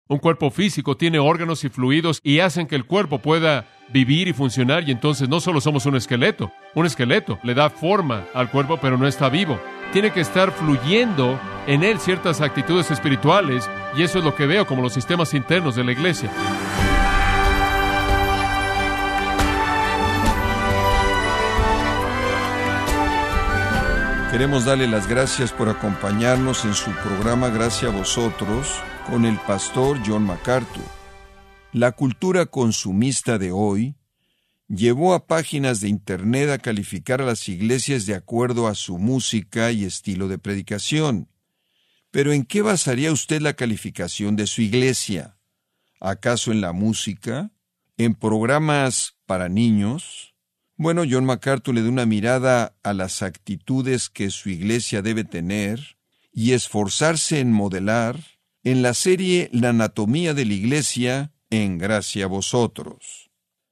Un cuerpo físico tiene órganos y fluidos y hacen que el cuerpo pueda vivir y funcionar, y entonces no solo somos un esqueleto le da forma al cuerpo, pero no está vivo. Tiene que estar fluyendo en él ciertas actitudes espirituales, y eso es lo que veo como los sistemas internos de la iglesia. Queremos darle las gracias por acompañarnos en su programa Gracias a Vosotros con el pastor John MacArthur. La cultura consumista de hoy llevó a páginas de internet a calificar a las iglesias de acuerdo a su música y estilo de predicación. Pero ¿en qué basaría usted la calificación de su iglesia? ¿Acaso en la música? ¿En programas para niños? Bueno, John MacArthur le da una mirada a las actitudes que su iglesia debe tener y esforzarse en modelar en la serie La anatomía de la iglesia en Gracia a Vosotros.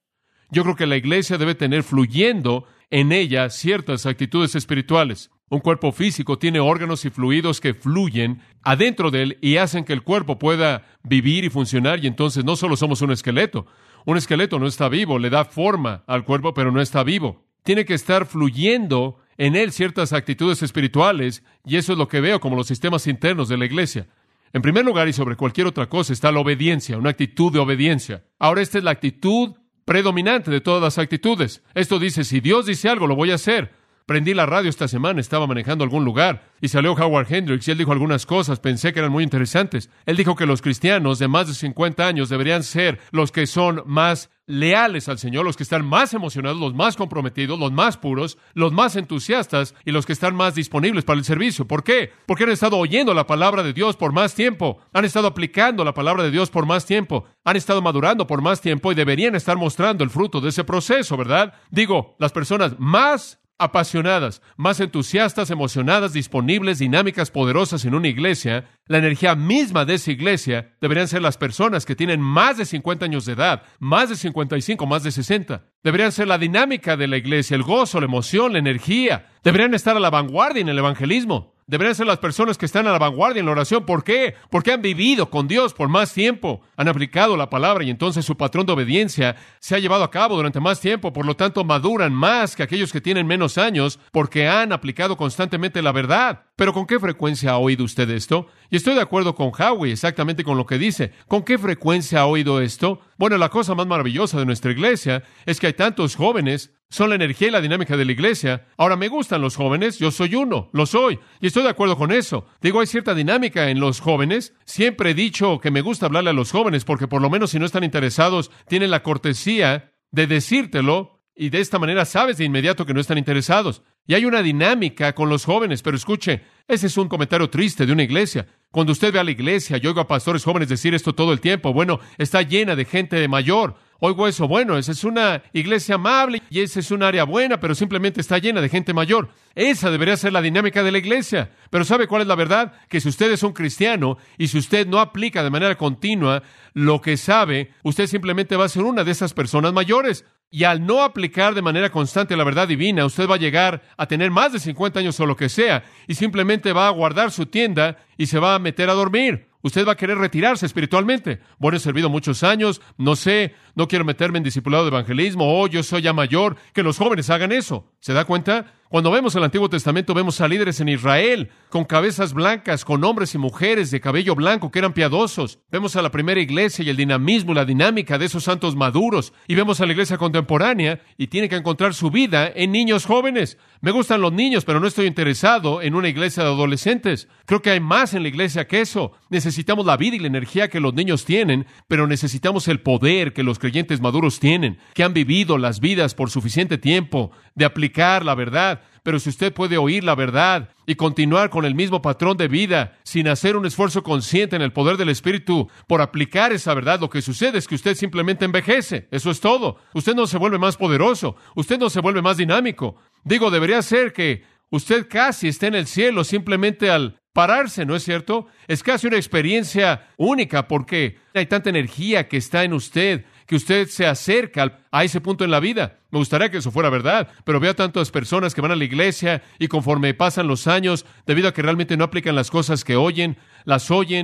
Yo creo que la iglesia debe tener fluyendo en ella ciertas actitudes espirituales. Un cuerpo físico tiene órganos y fluidos que fluyen adentro de él y hacen que el cuerpo pueda vivir y funcionar, y entonces no solo somos un esqueleto. Un esqueleto no está vivo, le da forma al cuerpo, pero no está vivo. Tiene que estar fluyendo en él ciertas actitudes espirituales, y eso es lo que veo como los sistemas internos de la iglesia. En primer lugar, y sobre cualquier otra cosa, está la obediencia, una actitud de obediencia. Ahora, esta es la actitud predominante de todas las actitudes. Esto dice, si Dios dice algo, lo voy a hacer. Prendí la radio esta semana, estaba manejando a algún lugar, y salió Howard Hendricks, y él dijo algunas cosas, pensé que eran muy interesantes. Él dijo que los cristianos de más de 50 años deberían ser los que son más leales al Señor, los que están más emocionados, los más comprometidos, los más puros, los más entusiastas, y los que están más disponibles para el servicio. ¿Por qué? Porque han estado oyendo la palabra de Dios por más tiempo, han estado aplicando la palabra de Dios por más tiempo, han estado madurando por más tiempo, y deberían estar mostrando el fruto de ese proceso, ¿verdad? Digo, las personas más apasionadas, más entusiastas, emocionadas, disponibles, dinámicas, poderosas en una iglesia, la energía misma de esa iglesia deberían ser las personas que tienen más de 50 años de edad, más de 55, más de 60. Deberían ser la dinámica de la iglesia, el gozo, la emoción, la energía. Deberían estar a la vanguardia en el evangelismo. Deberían ser las personas que están a la vanguardia en la oración. ¿Por qué? Porque han vivido con Dios por más tiempo, han aplicado la palabra, y entonces su patrón de obediencia se ha llevado a cabo durante más tiempo. Por lo tanto, maduran más que aquellos que tienen menos años porque han aplicado constantemente la verdad. Pero ¿con qué frecuencia ha oído usted esto? Y estoy de acuerdo con Howie exactamente con lo que dice. ¿Con qué frecuencia ha oído esto? Bueno, la cosa más maravillosa de nuestra iglesia es que hay tantos jóvenes. Son la energía y la dinámica de la iglesia. Ahora, me gustan los jóvenes, yo soy uno, lo soy, y estoy de acuerdo con eso. Digo, hay cierta dinámica en los jóvenes. Siempre he dicho que me gusta hablarle a los jóvenes porque por lo menos si no están interesados, tienen la cortesía de decírtelo, y de esta manera sabes de inmediato que no están interesados. Y hay una dinámica con los jóvenes, pero escuche, ese es un comentario triste de una iglesia. Cuando usted ve a la iglesia, yo oigo a pastores jóvenes decir esto todo el tiempo, bueno, está llena de gente mayor. Oigo eso, bueno, esa es una iglesia amable y esa es un área buena, pero simplemente está llena de gente mayor. Esa debería ser la dinámica de la iglesia. Pero ¿sabe cuál es la verdad? Que si usted es un cristiano y si usted no aplica de manera continua lo que sabe, usted simplemente va a ser una de esas personas mayores. Y al no aplicar de manera constante la verdad divina, usted va a llegar a tener más de 50 años o lo que sea, y simplemente va a guardar su tienda y se va a meter a dormir. Usted va a querer retirarse espiritualmente. Bueno, he servido muchos años, no sé, no quiero meterme en discipulado de evangelismo, yo soy ya mayor, que los jóvenes hagan eso. ¿Se da cuenta? Cuando vemos el Antiguo Testamento, vemos a líderes en Israel con cabezas blancas, con hombres y mujeres de cabello blanco que eran piadosos. Vemos a la primera iglesia y el dinamismo y la dinámica de esos santos maduros. Y vemos a la iglesia contemporánea y tiene que encontrar su vida en niños jóvenes. Me gustan los niños, pero no estoy interesado en una iglesia de adolescentes. Creo que hay más en la iglesia que eso. Necesitamos la vida y la energía que los niños tienen, pero necesitamos el poder que los creyentes maduros tienen, que han vivido las vidas por suficiente tiempo de aplicar la verdad. Pero si usted puede oír la verdad y continuar con el mismo patrón de vida sin hacer un esfuerzo consciente en el poder del Espíritu por aplicar esa verdad, lo que sucede es que usted simplemente envejece. Eso es todo. Usted no se vuelve más poderoso. Usted no se vuelve más dinámico. Digo, debería ser que usted casi esté en el cielo simplemente al pararse, ¿no es cierto? Es casi una experiencia única porque hay tanta energía que está en usted, que usted se acerca a ese punto en la vida. Me gustaría que eso fuera verdad, pero veo tantas personas que van a la iglesia y conforme pasan los años, debido a que realmente no aplican las cosas que oyen, las oyen,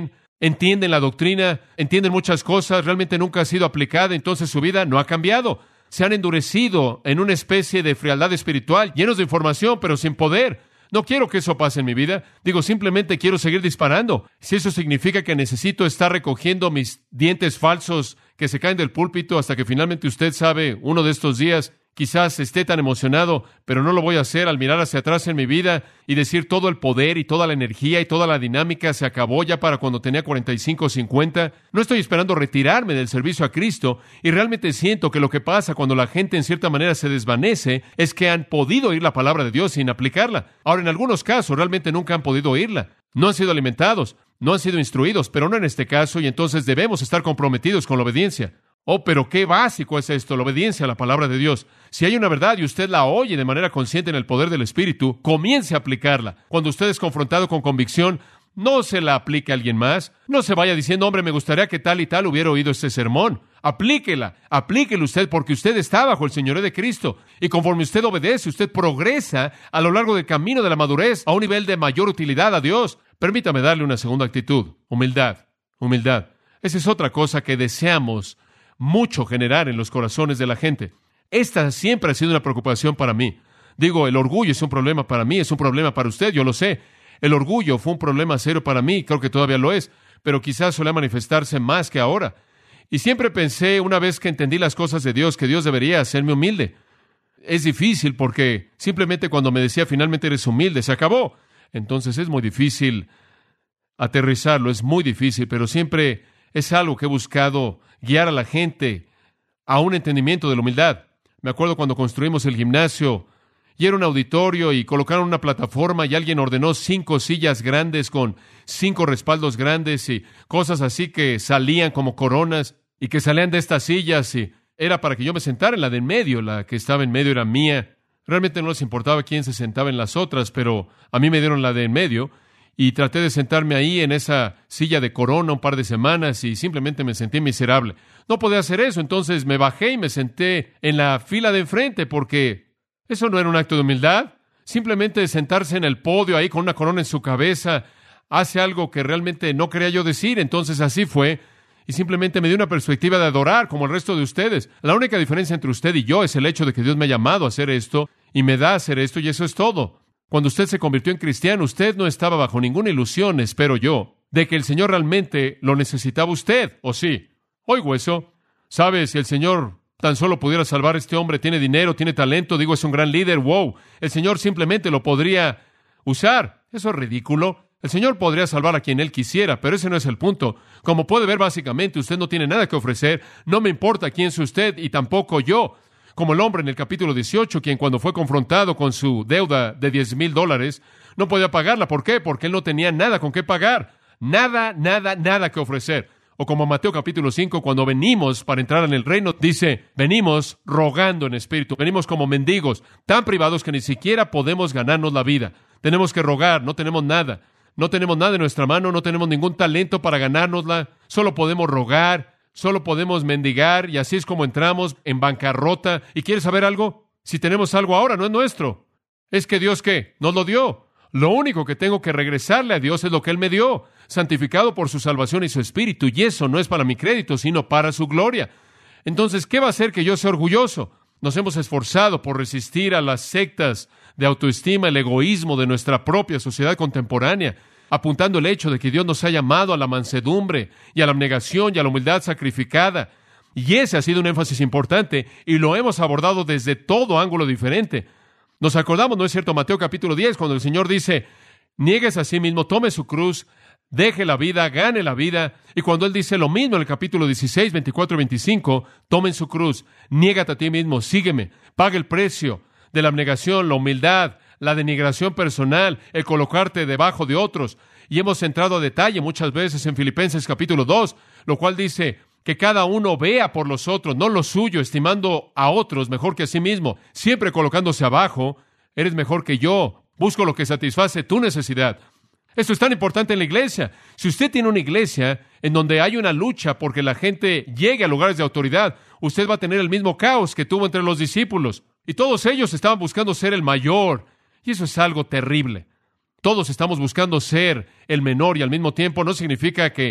entienden la doctrina, entienden muchas cosas, realmente nunca ha sido aplicada, entonces su vida no ha cambiado. Se han endurecido en una especie de frialdad espiritual, llenos de información, pero sin poder. No quiero que eso pase en mi vida. Simplemente quiero seguir disparando. Si eso significa que necesito estar recogiendo mis dientes falsos que se caen del púlpito hasta que finalmente usted sabe, uno de estos días, quizás esté tan emocionado, pero no lo voy a hacer al mirar hacia atrás en mi vida y decir todo el poder y toda la energía y toda la dinámica se acabó ya para cuando tenía 45 o 50. No estoy esperando retirarme del servicio a Cristo y realmente siento que lo que pasa cuando la gente en cierta manera se desvanece es que han podido oír la palabra de Dios sin aplicarla. Ahora, en algunos casos realmente nunca han podido oírla. No han sido alimentados, no han sido instruidos, pero no en este caso, y entonces debemos estar comprometidos con la obediencia. Oh, pero qué básico es esto, la obediencia a la palabra de Dios. Si hay una verdad y usted la oye de manera consciente en el poder del Espíritu, comience a aplicarla. Cuando usted es confrontado con convicción, no se la aplique a alguien más. No se vaya diciendo, hombre, me gustaría que tal y tal hubiera oído este sermón. Aplíquela usted porque usted está bajo el señorío de Cristo. Y conforme usted obedece, usted progresa a lo largo del camino de la madurez a un nivel de mayor utilidad a Dios. Permítame darle una segunda actitud. Humildad. Esa es otra cosa que deseamos mucho generar en los corazones de la gente. Esta siempre ha sido una preocupación para mí. El orgullo es un problema para mí, es un problema para usted, yo lo sé. El orgullo fue un problema serio para mí, creo que todavía lo es, pero quizás suele manifestarse más que ahora. Y siempre pensé, una vez que entendí las cosas de Dios, que Dios debería hacerme humilde. Es difícil porque simplemente cuando me decía finalmente eres humilde, se acabó. Entonces es muy difícil aterrizarlo, es muy difícil, pero siempre es algo que he buscado guiar a la gente a un entendimiento de la humildad. Me acuerdo cuando construimos el gimnasio y era un auditorio y colocaron una plataforma y alguien ordenó 5 sillas grandes con 5 respaldos grandes y cosas así que salían como coronas y que salían de estas sillas y era para que yo me sentara en la de en medio. La que estaba en medio era mía. Realmente no les importaba quién se sentaba en las otras, pero a mí me dieron la de en medio. Y traté de sentarme ahí en esa silla de corona un par de semanas y simplemente me sentí miserable. No podía hacer eso, entonces me bajé y me senté en la fila de enfrente porque eso no era un acto de humildad. Simplemente sentarse en el podio ahí con una corona en su cabeza hace algo que realmente no quería yo decir. Entonces así fue y simplemente me dio una perspectiva de adorar como el resto de ustedes. La única diferencia entre usted y yo es el hecho de que Dios me ha llamado a hacer esto y me da a hacer esto y eso es todo. Cuando usted se convirtió en cristiano, usted no estaba bajo ninguna ilusión, espero yo, de que el Señor realmente lo necesitaba usted, ¿o sí? Oigo eso. ¿Sabe? Si el Señor tan solo pudiera salvar a este hombre, tiene dinero, tiene talento, es un gran líder, wow. El Señor simplemente lo podría usar. Eso es ridículo. El Señor podría salvar a quien Él quisiera, pero ese no es el punto. Como puede ver, básicamente, usted no tiene nada que ofrecer. No me importa quién es usted y tampoco yo. Como el hombre en el capítulo 18, quien cuando fue confrontado con su deuda de $10,000, no podía pagarla. ¿Por qué? Porque él no tenía nada con qué pagar. Nada que ofrecer. O como Mateo capítulo 5, cuando venimos para entrar en el reino, dice, venimos rogando en espíritu, venimos como mendigos, tan privados que ni siquiera podemos ganarnos la vida. Tenemos que rogar, no tenemos nada. No tenemos nada en nuestra mano, no tenemos ningún talento para ganárnosla. Solo podemos rogar. Solo podemos mendigar y así es como entramos en bancarrota. ¿Y quieres saber algo? Si tenemos algo ahora, no es nuestro. Es que Dios, ¿qué? Nos lo dio. Lo único que tengo que regresarle a Dios es lo que Él me dio, santificado por su salvación y su espíritu. Y eso no es para mi crédito, sino para su gloria. Entonces, ¿qué va a hacer que yo sea orgulloso? Nos hemos esforzado por resistir a las sectas de autoestima, el egoísmo de nuestra propia sociedad contemporánea, apuntando el hecho de que Dios nos ha llamado a la mansedumbre y a la abnegación y a la humildad sacrificada. Y ese ha sido un énfasis importante y lo hemos abordado desde todo ángulo diferente. Nos acordamos, ¿no es cierto?, Mateo capítulo 10, cuando el Señor dice, niéguese a sí mismo, tome su cruz, deje la vida, gane la vida. Y cuando Él dice lo mismo en el capítulo 16, 24 y 25, tomen su cruz, niégate a ti mismo, sígueme, paga el precio de la abnegación, la humildad, la denigración personal, el colocarte debajo de otros. Y hemos entrado a detalle muchas veces en Filipenses capítulo 2, lo cual dice que cada uno vea por los otros, no lo suyo, estimando a otros mejor que a sí mismo, siempre colocándose abajo. Eres mejor que yo, busco lo que satisface tu necesidad. Esto es tan importante en la iglesia. Si usted tiene una iglesia en donde hay una lucha porque la gente llegue a lugares de autoridad, usted va a tener el mismo caos que tuvo entre los discípulos. Y todos ellos estaban buscando ser el mayor. Y eso es algo terrible. Todos estamos buscando ser el menor y al mismo tiempo no significa que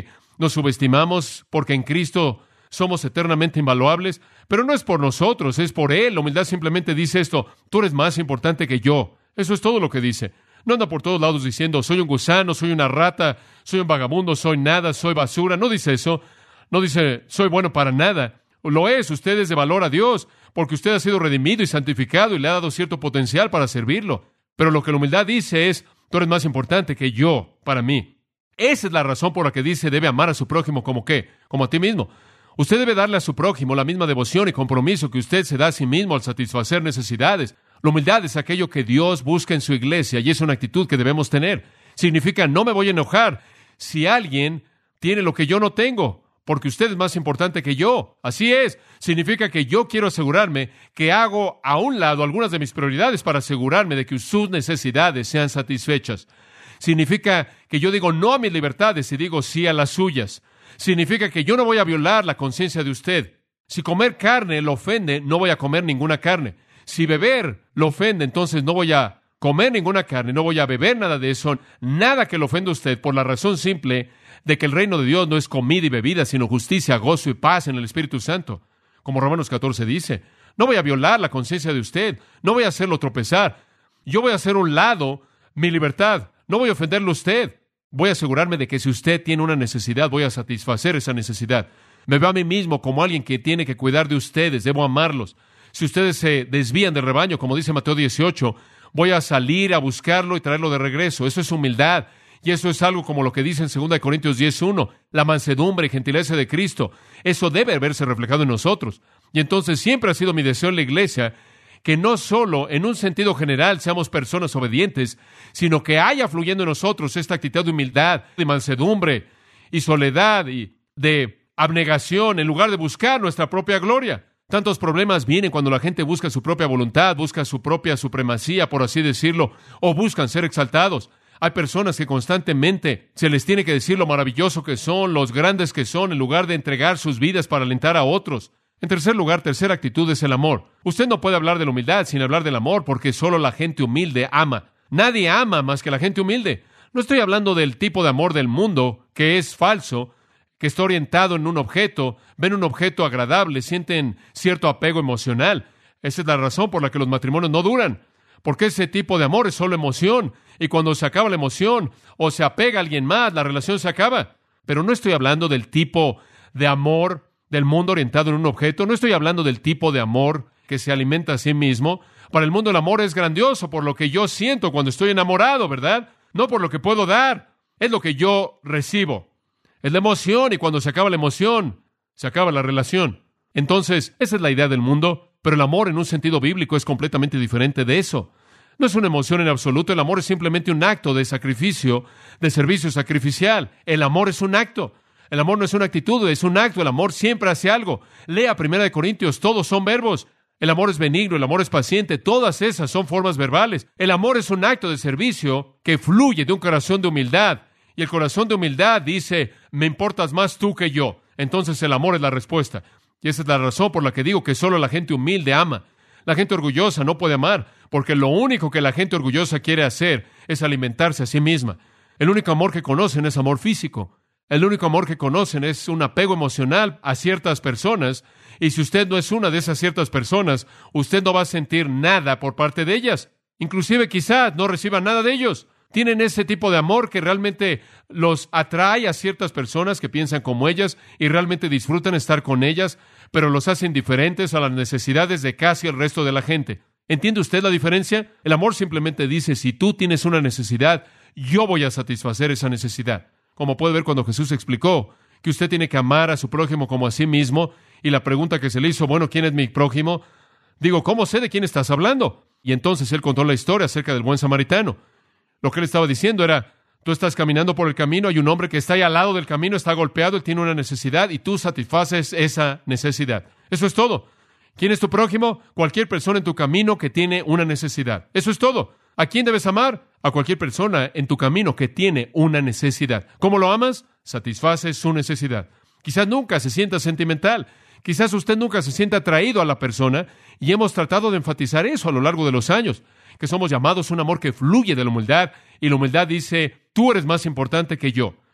nos subestimamos porque en Cristo somos eternamente invaluables, pero no es por nosotros, es por Él. La humildad simplemente dice esto: tú eres más importante que yo. Eso es todo lo que dice. No anda por todos lados diciendo: soy un gusano, soy una rata, soy un vagabundo, soy nada, soy basura. No dice eso. No dice: soy bueno para nada. Lo es, usted es de valor a Dios, porque usted ha sido redimido y santificado y le ha dado cierto potencial para servirlo. Pero lo que la humildad dice es: tú eres más importante que yo para mí. Esa es la razón por la que dice: debe amar a su prójimo como ¿qué? Como a ti mismo. Usted debe darle a su prójimo la misma devoción y compromiso que usted se da a sí mismo al satisfacer necesidades. La humildad es aquello que Dios busca en su iglesia y es una actitud que debemos tener. Significa: no me voy a enojar si alguien tiene lo que yo no tengo, porque usted es más importante que yo. Así es. Significa que yo quiero asegurarme que hago a un lado algunas de mis prioridades para asegurarme de que sus necesidades sean satisfechas. Significa que yo digo no a mis libertades y digo sí a las suyas. Significa que yo no voy a violar la conciencia de usted. Si comer carne lo ofende, no voy a comer ninguna carne. Si beber lo ofende, entonces no voy a comer ninguna carne, no voy a beber nada de eso, nada que lo ofenda a usted, por la razón simple de que el reino de Dios no es comida y bebida, sino justicia, gozo y paz en el Espíritu Santo. Como Romanos 14 dice, no voy a violar la conciencia de usted, no voy a hacerlo tropezar. Yo voy a hacer a un lado mi libertad, no voy a ofenderlo a usted. Voy a asegurarme de que si usted tiene una necesidad, voy a satisfacer esa necesidad. Me veo a mí mismo como alguien que tiene que cuidar de ustedes, debo amarlos. Si ustedes se desvían del rebaño, como dice Mateo 18, voy a salir a buscarlo y traerlo de regreso. Eso es humildad. Y eso es algo como lo que dice en 2 Corintios 10:1, la mansedumbre y gentileza de Cristo. Eso debe verse reflejado en nosotros. Y entonces siempre ha sido mi deseo en la iglesia que no solo en un sentido general seamos personas obedientes, sino que haya fluyendo en nosotros esta actitud de humildad, de mansedumbre y soledad y de abnegación en lugar de buscar nuestra propia gloria. Tantos problemas vienen cuando la gente busca su propia voluntad, busca su propia supremacía, por así decirlo, o buscan ser exaltados. Hay personas que constantemente se les tiene que decir lo maravilloso que son, los grandes que son, en lugar de entregar sus vidas para alentar a otros. En tercer lugar, tercera actitud es el amor. Usted no puede hablar de la humildad sin hablar del amor, porque solo la gente humilde ama. Nadie ama más que la gente humilde. No estoy hablando del tipo de amor del mundo, que es falso, que está orientado en un objeto, ven un objeto agradable, sienten cierto apego emocional. Esa es la razón por la que los matrimonios no duran, porque ese tipo de amor es solo emoción, y cuando se acaba la emoción o se apega a alguien más, la relación se acaba. Pero no estoy hablando del tipo de amor del mundo orientado en un objeto, no estoy hablando del tipo de amor que se alimenta a sí mismo. Para el mundo el amor es grandioso por lo que yo siento cuando estoy enamorado, ¿verdad? No por lo que puedo dar, es lo que yo recibo. Es la emoción, y cuando se acaba la emoción, se acaba la relación. Entonces, esa es la idea del mundo, pero el amor en un sentido bíblico es completamente diferente de eso. No es una emoción en absoluto, el amor es simplemente un acto de sacrificio, de servicio sacrificial. El amor es un acto. El amor no es una actitud, es un acto. El amor siempre hace algo. Lea 1 Corintios, todos son verbos. El amor es benigno, el amor es paciente, todas esas son formas verbales. El amor es un acto de servicio que fluye de un corazón de humildad. Y el corazón de humildad dice: me importas más tú que yo. Entonces el amor es la respuesta. Y esa es la razón por la que digo que solo la gente humilde ama. La gente orgullosa no puede amar, porque lo único que la gente orgullosa quiere hacer es alimentarse a sí misma. El único amor que conocen es amor físico. El único amor que conocen es un apego emocional a ciertas personas, y si usted no es una de esas ciertas personas, usted no va a sentir nada por parte de ellas. Inclusive quizás no reciba nada de ellos. Tienen ese tipo de amor que realmente los atrae a ciertas personas que piensan como ellas y realmente disfrutan estar con ellas, pero los hace indiferentes a las necesidades de casi el resto de la gente. ¿Entiende usted la diferencia? El amor simplemente dice: si tú tienes una necesidad, yo voy a satisfacer esa necesidad. Como puede ver cuando Jesús explicó que usted tiene que amar a su prójimo como a sí mismo, y la pregunta que se le hizo: bueno, ¿quién es mi prójimo? Digo, ¿cómo sé de quién estás hablando? Y entonces él contó la historia acerca del buen samaritano. Lo que él estaba diciendo era: tú estás caminando por el camino, hay un hombre que está ahí al lado del camino, está golpeado, él tiene una necesidad y tú satisfaces esa necesidad. Eso es todo. ¿Quién es tu prójimo? Cualquier persona en tu camino que tiene una necesidad. Eso es todo. ¿A quién debes amar? A cualquier persona en tu camino que tiene una necesidad. ¿Cómo lo amas? Satisfaces su necesidad. Quizás nunca se sienta sentimental. Quizás usted nunca se sienta atraído a la persona, y hemos tratado de enfatizar eso a lo largo de los años, que somos llamados a un amor que fluye de la humildad, y la humildad dice: tú eres más importante que yo.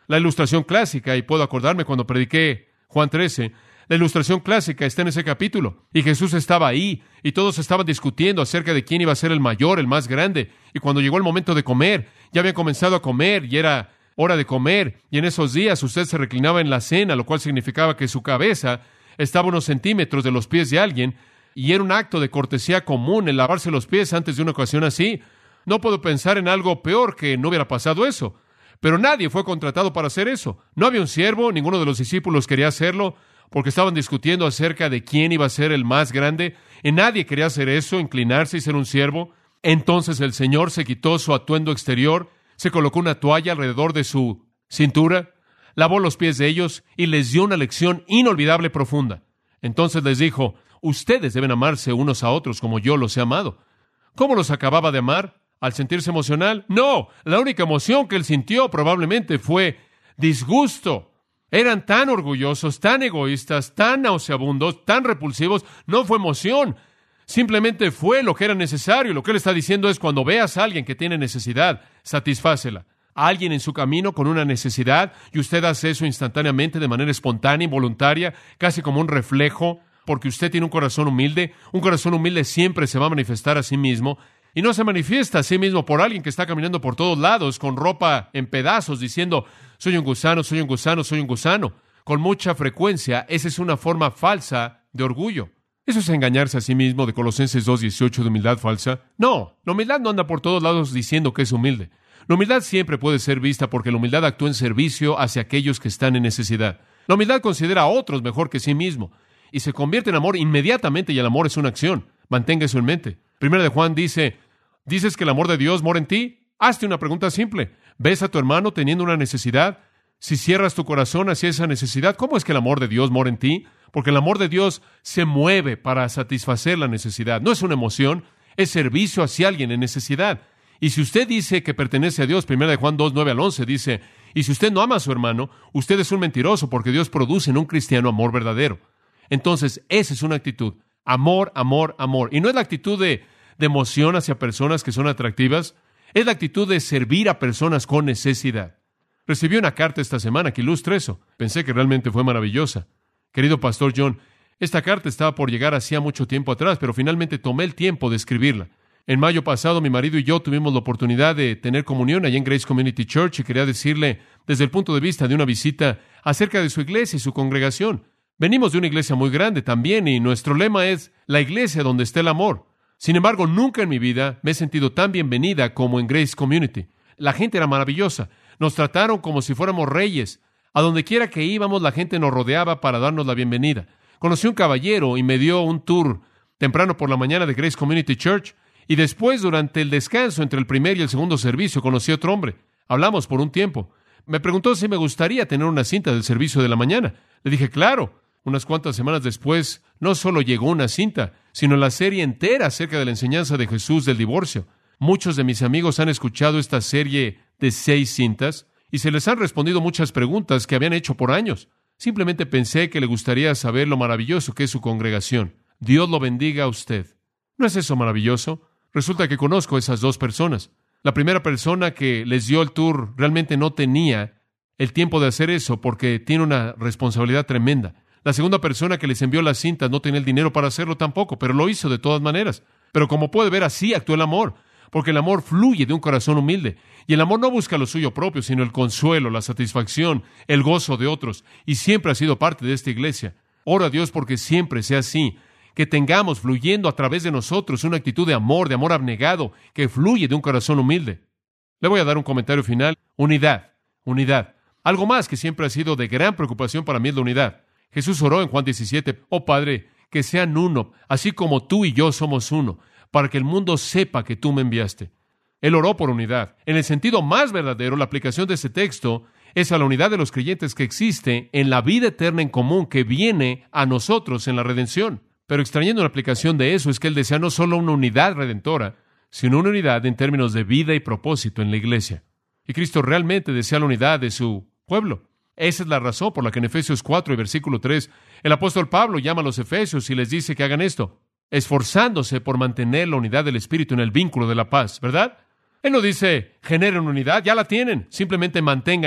La ilustración clásica, y puedo acordarme cuando prediqué Juan 13, la ilustración clásica está en ese capítulo. Y Jesús estaba ahí, y todos estaban discutiendo acerca de quién iba a ser el mayor, el más grande. Y cuando llegó el momento de comer, ya habían comenzado a comer, y era hora de comer. Y en esos días usted se reclinaba en la cena, lo cual significaba que su cabeza estaba unos centímetros de los pies de alguien, y era un acto de cortesía común el lavarse los pies antes de una ocasión así. No puedo pensar en algo peor que no hubiera pasado eso. Pero nadie fue contratado para hacer eso. No había un siervo, ninguno de los discípulos quería hacerlo, porque estaban discutiendo acerca de quién iba a ser el más grande, y nadie quería hacer eso, inclinarse y ser un siervo. Entonces el Señor se quitó su atuendo exterior, se colocó una toalla alrededor de su cintura, lavó los pies de ellos y les dio una lección inolvidable profunda. Entonces les dijo: ustedes deben amarse unos a otros como yo los he amado. ¿Cómo los acababa de amar? ¿Al sentirse emocional? No, la única emoción que él sintió probablemente fue disgusto. Eran tan orgullosos, tan egoístas, tan nauseabundos, tan repulsivos. No fue emoción, simplemente fue lo que era necesario. Lo que él está diciendo es: cuando veas a alguien que tiene necesidad, satisfácela. A alguien en su camino con una necesidad, y usted hace eso instantáneamente, de manera espontánea, involuntaria, casi como un reflejo, porque usted tiene un corazón humilde. Un corazón humilde siempre se va a manifestar a sí mismo, y no se manifiesta a sí mismo por alguien que está caminando por todos lados con ropa en pedazos diciendo: soy un gusano, soy un gusano, soy un gusano. Con mucha frecuencia, esa es una forma falsa de orgullo. ¿Eso es engañarse a sí mismo, de Colosenses 2:18, de humildad falsa? No, la humildad no anda por todos lados diciendo que es humilde. La humildad siempre puede ser vista porque la humildad actúa en servicio hacia aquellos que están en necesidad. La humildad considera a otros mejor que sí mismo y se convierte en amor inmediatamente, y el amor es una acción. Mantenga eso en mente. Primera de Juan dice: ¿dices que el amor de Dios mora en ti? Hazte una pregunta simple. ¿Ves a tu hermano teniendo una necesidad? Si cierras tu corazón hacia esa necesidad, ¿cómo es que el amor de Dios mora en ti? Porque el amor de Dios se mueve para satisfacer la necesidad. No es una emoción, es servicio hacia alguien en necesidad. Y si usted dice que pertenece a Dios, 1 Juan 2, 9 al 11, dice: y si usted no ama a su hermano, usted es un mentiroso, porque Dios produce en un cristiano amor verdadero. Entonces, esa es una actitud. Amor, amor, amor. Y no es la actitud de emoción hacia personas que son atractivas. Es la actitud de servir a personas con necesidad. Recibí una carta esta semana que ilustra eso. Pensé que realmente fue maravillosa. Querido Pastor John, esta carta estaba por llegar hacía mucho tiempo atrás, pero finalmente tomé el tiempo de escribirla. En mayo pasado, mi marido y yo tuvimos la oportunidad de tener comunión allá en Grace Community Church, y quería decirle, desde el punto de vista de una visita, acerca de su iglesia y su congregación. Venimos de una iglesia muy grande también, y nuestro lema es: la iglesia donde está el amor. Sin embargo, nunca en mi vida me he sentido tan bienvenida como en Grace Community. La gente era maravillosa. Nos trataron como si fuéramos reyes. A donde quiera que íbamos, la gente nos rodeaba para darnos la bienvenida. Conocí a un caballero y me dio un tour temprano por la mañana de Grace Community Church, y después, durante el descanso entre el primer y el segundo servicio, conocí a otro hombre. Hablamos por un tiempo. Me preguntó si me gustaría tener una cinta del servicio de la mañana. Le dije: claro. Unas cuantas semanas después, no solo llegó una cinta, sino la serie entera acerca de la enseñanza de Jesús del divorcio. Muchos de mis amigos han escuchado esta serie de 6 cintas y se les han respondido muchas preguntas que habían hecho por años. Simplemente pensé que le gustaría saber lo maravilloso que es su congregación. Dios lo bendiga a usted. ¿No es eso maravilloso? Resulta que conozco a esas 2 personas. La primera persona que les dio el tour realmente no tenía el tiempo de hacer eso porque tiene una responsabilidad tremenda. La segunda persona que les envió las cintas no tenía el dinero para hacerlo tampoco, pero lo hizo de todas maneras. Pero como puede ver, así actúa el amor, porque el amor fluye de un corazón humilde. Y el amor no busca lo suyo propio, sino el consuelo, la satisfacción, el gozo de otros. Y siempre ha sido parte de esta iglesia. Oro a Dios porque siempre sea así, que tengamos fluyendo a través de nosotros una actitud de amor abnegado, que fluye de un corazón humilde. Le voy a dar un comentario final. Unidad, unidad. Algo más que siempre ha sido de gran preocupación para mí es la unidad. Jesús oró en Juan 17, oh Padre, que sean uno, así como tú y yo somos uno, para que el mundo sepa que tú me enviaste. Él oró por unidad. En el sentido más verdadero, la aplicación de este texto es a la unidad de los creyentes que existe en la vida eterna en común que viene a nosotros en la redención. Pero extrayendo una aplicación de eso es que Él desea no solo una unidad redentora, sino una unidad en términos de vida y propósito en la iglesia. Y Cristo realmente desea la unidad de su pueblo. Esa es la razón por la que en Efesios 4 y versículo 3, el apóstol Pablo llama a los efesios y les dice que hagan esto, esforzándose por mantener la unidad del Espíritu en el vínculo de la paz, ¿verdad? Él no dice, generen unidad, ya la tienen, simplemente manténganla.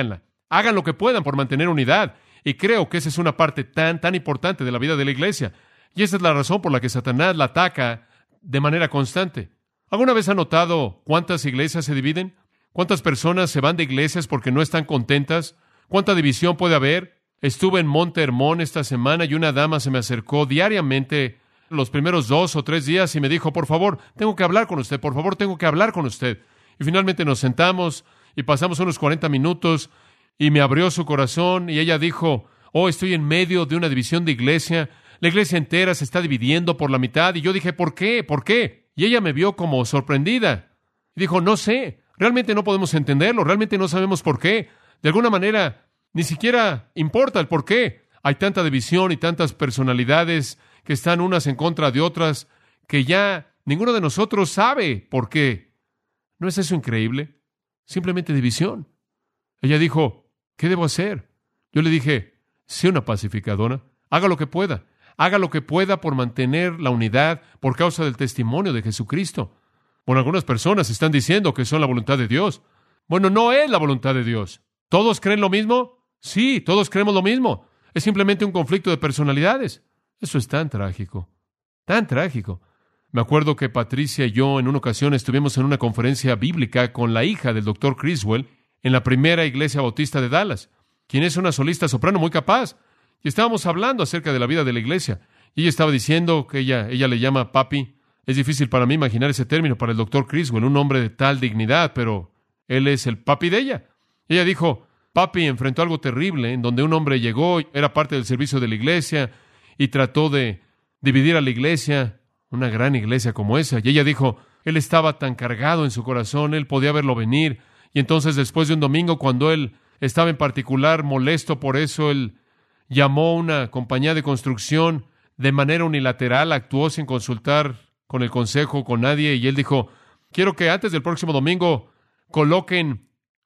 hagan lo que puedan por mantener unidad. Y creo que esa es una parte tan importante de la vida de la iglesia. Y esa es la razón por la que Satanás la ataca de manera constante. ¿Alguna vez ha notado cuántas iglesias se dividen? ¿Cuántas personas se van de iglesias porque no están contentas? ¿Cuánta división puede haber? Estuve en Monte Hermón esta semana y una dama se me acercó diariamente los primeros 2 o 3 días y me dijo, por favor, tengo que hablar con usted, por favor, tengo que hablar con usted. Y finalmente nos sentamos y pasamos unos 40 minutos y me abrió su corazón y ella dijo, estoy en medio de una división de iglesia, la iglesia entera se está dividiendo por la mitad. Y yo dije, ¿por qué? ¿Por qué? Y ella me vio como sorprendida. Y dijo, no sé, realmente no podemos entenderlo, realmente no sabemos por qué. De alguna manera, ni siquiera importa el por qué. Hay tanta división y tantas personalidades que están unas en contra de otras, que ya ninguno de nosotros sabe por qué. ¿No es eso increíble? Simplemente división. Ella dijo, ¿qué debo hacer? Yo le dije, sé una pacificadora, haga lo que pueda. Haga lo que pueda por mantener la unidad por causa del testimonio de Jesucristo. Bueno, algunas personas están diciendo que son la voluntad de Dios. Bueno, no es la voluntad de Dios. ¿Todos creen lo mismo? Sí, todos creemos lo mismo. Es simplemente un conflicto de personalidades. Eso es tan trágico, tan trágico. Me acuerdo que Patricia y yo en una ocasión estuvimos en una conferencia bíblica con la hija del Dr. Criswell en la primera iglesia bautista de Dallas, quien es una solista soprano muy capaz. Y estábamos hablando acerca de la vida de la iglesia. Y ella estaba diciendo que ella le llama papi. Es difícil para mí imaginar ese término para el Dr. Criswell, un hombre de tal dignidad, pero él es el papi de ella. Ella dijo, papi enfrentó algo terrible en donde un hombre llegó, era parte del servicio de la iglesia y trató de dividir a la iglesia, una gran iglesia como esa. Y ella dijo, él estaba tan cargado en su corazón, él podía verlo venir. Y entonces después de un domingo, cuando él estaba en particular molesto por eso, él llamó a una compañía de construcción de manera unilateral, actuó sin consultar con el consejo, con nadie, y él dijo, quiero que antes del próximo domingo coloquen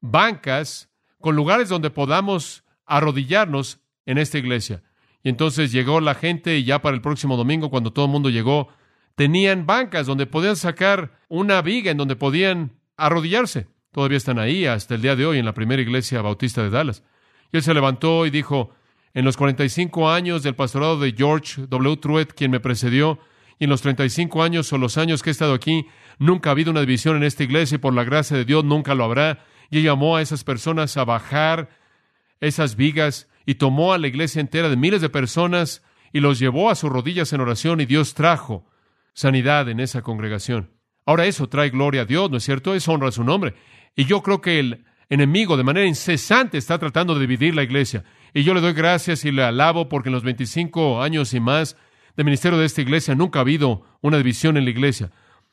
bancas con lugares donde podamos arrodillarnos en esta iglesia. Y entonces llegó la gente y ya para el próximo domingo, cuando todo el mundo llegó, tenían bancas donde podían sacar una viga en donde podían arrodillarse. Todavía están ahí hasta el día de hoy en la primera iglesia bautista de Dallas. Y él se levantó y dijo, en los 45 años del pastorado de George W. Truett, quien me precedió, y en los 35 años o los años que he estado aquí, nunca ha habido una división en esta iglesia y por la gracia de Dios nunca lo habrá. Y él llamó a esas personas a bajar esas vigas y tomó a la iglesia entera de miles de personas y los llevó a sus rodillas en oración y Dios trajo sanidad en esa congregación. Ahora eso trae gloria a Dios, ¿no es cierto? Eso honra su nombre. Y yo creo que el enemigo de manera incesante está tratando de dividir la iglesia. Y yo le doy gracias y le alabo porque en los 25 años y más de ministerio de esta iglesia nunca ha habido una división en la iglesia.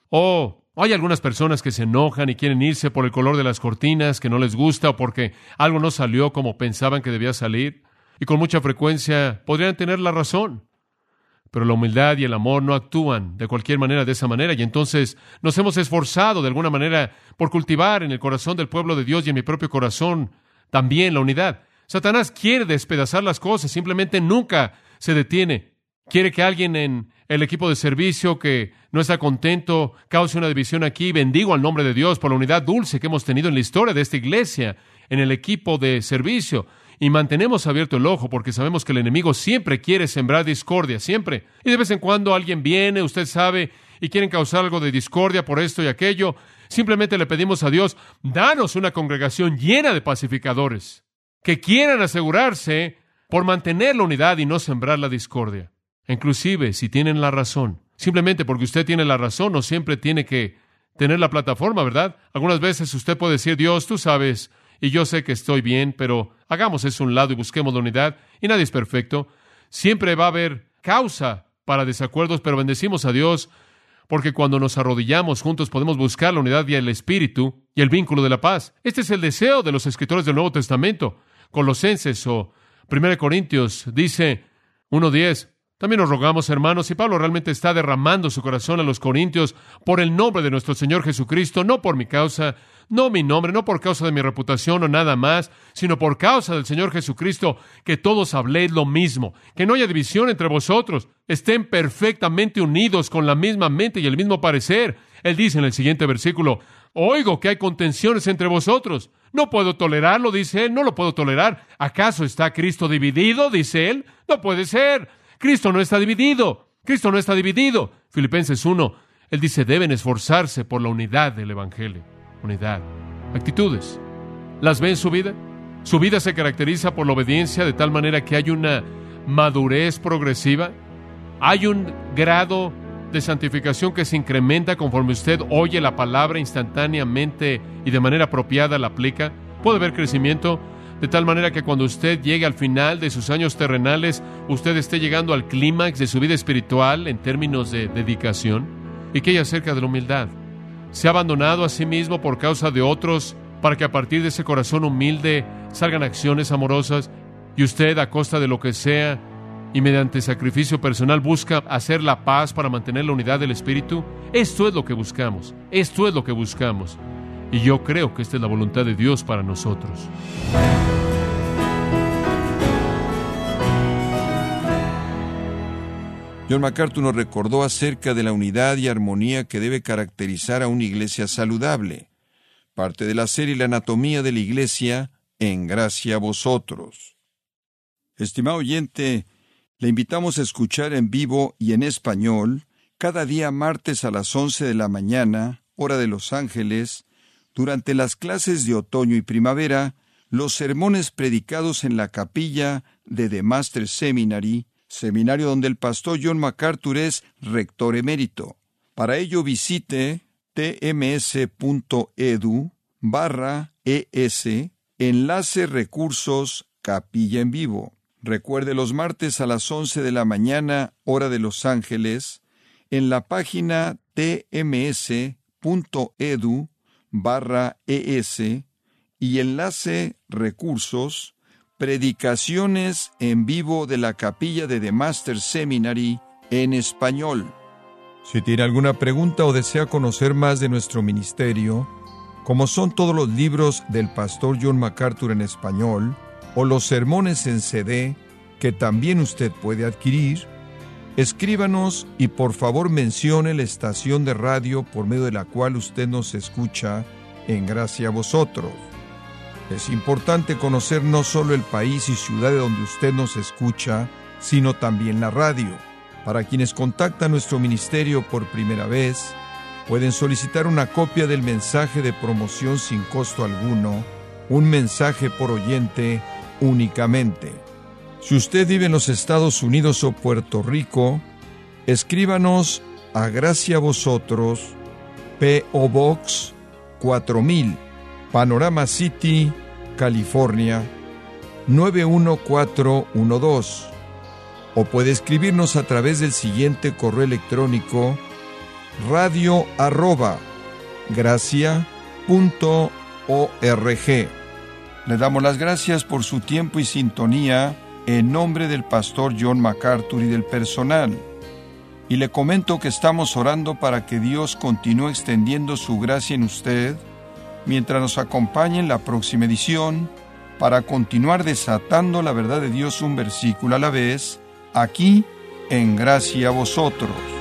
Hay algunas personas que se enojan y quieren irse por el color de las cortinas, que no les gusta o porque algo no salió como pensaban que debía salir. Y con mucha frecuencia podrían tener la razón. Pero la humildad y el amor no actúan de cualquier manera de esa manera. Y entonces nos hemos esforzado de alguna manera por cultivar en el corazón del pueblo de Dios y en mi propio corazón también la unidad. Satanás quiere despedazar las cosas, simplemente nunca se detiene. Quiere que alguien en el equipo de servicio que no está contento cause una división aquí. Bendigo al nombre de Dios por la unidad dulce que hemos tenido en la historia de esta iglesia, en el equipo de servicio. Y mantenemos abierto el ojo porque sabemos que el enemigo siempre quiere sembrar discordia, siempre. Y de vez en cuando alguien viene, usted sabe, y quieren causar algo de discordia por esto y aquello. Simplemente le pedimos a Dios, danos una congregación llena de pacificadores que quieran asegurarse por mantener la unidad y no sembrar la discordia. Inclusive, si tienen la razón, simplemente porque usted tiene la razón, no siempre tiene que tener la plataforma, ¿verdad? Algunas veces usted puede decir, Dios, tú sabes, y yo sé que estoy bien, pero hagamos eso a un lado y busquemos la unidad, y nadie es perfecto. Siempre va a haber causa para desacuerdos, pero bendecimos a Dios, porque cuando nos arrodillamos juntos podemos buscar la unidad y el espíritu y el vínculo de la paz. Este es el deseo de los escritores del Nuevo Testamento. Colosenses o 1 Corintios dice 1:10, también nos rogamos, hermanos, y Pablo realmente está derramando su corazón a los corintios por el nombre de nuestro Señor Jesucristo, no por mi causa, no mi nombre, no por causa de mi reputación o nada más, sino por causa del Señor Jesucristo, que todos habléis lo mismo, que no haya división entre vosotros, estén perfectamente unidos con la misma mente y el mismo parecer. Él dice en el siguiente versículo, Oigo que hay contenciones entre vosotros. No puedo tolerarlo, dice él, no lo puedo tolerar. ¿Acaso está Cristo dividido? Dice él. No puede ser. Cristo no está dividido. Cristo no está dividido. Filipenses 1, él dice, deben esforzarse por la unidad del Evangelio. Unidad. Actitudes. ¿Las ve en su vida? Su vida se caracteriza por la obediencia de tal manera que hay una madurez progresiva. Hay un grado de santificación que se incrementa conforme usted oye la palabra instantáneamente y de manera apropiada la aplica. Puede haber crecimiento de tal manera que cuando usted llegue al final de sus años terrenales, usted esté llegando al clímax de su vida espiritual en términos de dedicación. ¿Y qué hay acerca de la humildad? Se ha abandonado a sí mismo por causa de otros para que a partir de ese corazón humilde salgan acciones amorosas y usted, a costa de lo que sea y mediante sacrificio personal, busca hacer la paz para mantener la unidad del Espíritu. Esto es lo que buscamos. Esto es lo que buscamos. Y yo creo que esta es la voluntad de Dios para nosotros. John MacArthur nos recordó acerca de la unidad y armonía que debe caracterizar a una iglesia saludable. Parte de la serie La anatomía de la iglesia, en gracia a vosotros. Estimado oyente, le invitamos a escuchar en vivo y en español, cada día martes a las 11 de la mañana, hora de Los Ángeles, durante las clases de otoño y primavera, los sermones predicados en la capilla de The Master Seminary, seminario donde el pastor John MacArthur es rector emérito. Para ello visite tms.edu/es, enlace recursos capilla en vivo. Recuerde los martes a las 11 de la mañana, hora de Los Ángeles, en la página tms.edu/es y enlace recursos, predicaciones en vivo de la capilla de The Master Seminary en español. Si tiene alguna pregunta o desea conocer más de nuestro ministerio, como son todos los libros del pastor John MacArthur en español, o los sermones en CD, que también usted puede adquirir, escríbanos y por favor mencione la estación de radio por medio de la cual usted nos escucha en gracia a vosotros. Es importante conocer no solo el país y ciudad de donde usted nos escucha, sino también la radio. Para quienes contactan nuestro ministerio por primera vez, pueden solicitar una copia del mensaje de promoción sin costo alguno, un mensaje por oyente únicamente. Si usted vive en los Estados Unidos o Puerto Rico, escríbanos a Gracia a Vosotros, P.O. Box 4000, Panorama City, California, 91412. O puede escribirnos a través del siguiente correo electrónico: radio@gracia.org. Le damos las gracias por su tiempo y sintonía en nombre del pastor John MacArthur y del personal. Y le comento que estamos orando para que Dios continúe extendiendo su gracia en usted mientras nos acompañe en la próxima edición para continuar desatando la verdad de Dios un versículo a la vez, aquí en Gracia a Vosotros.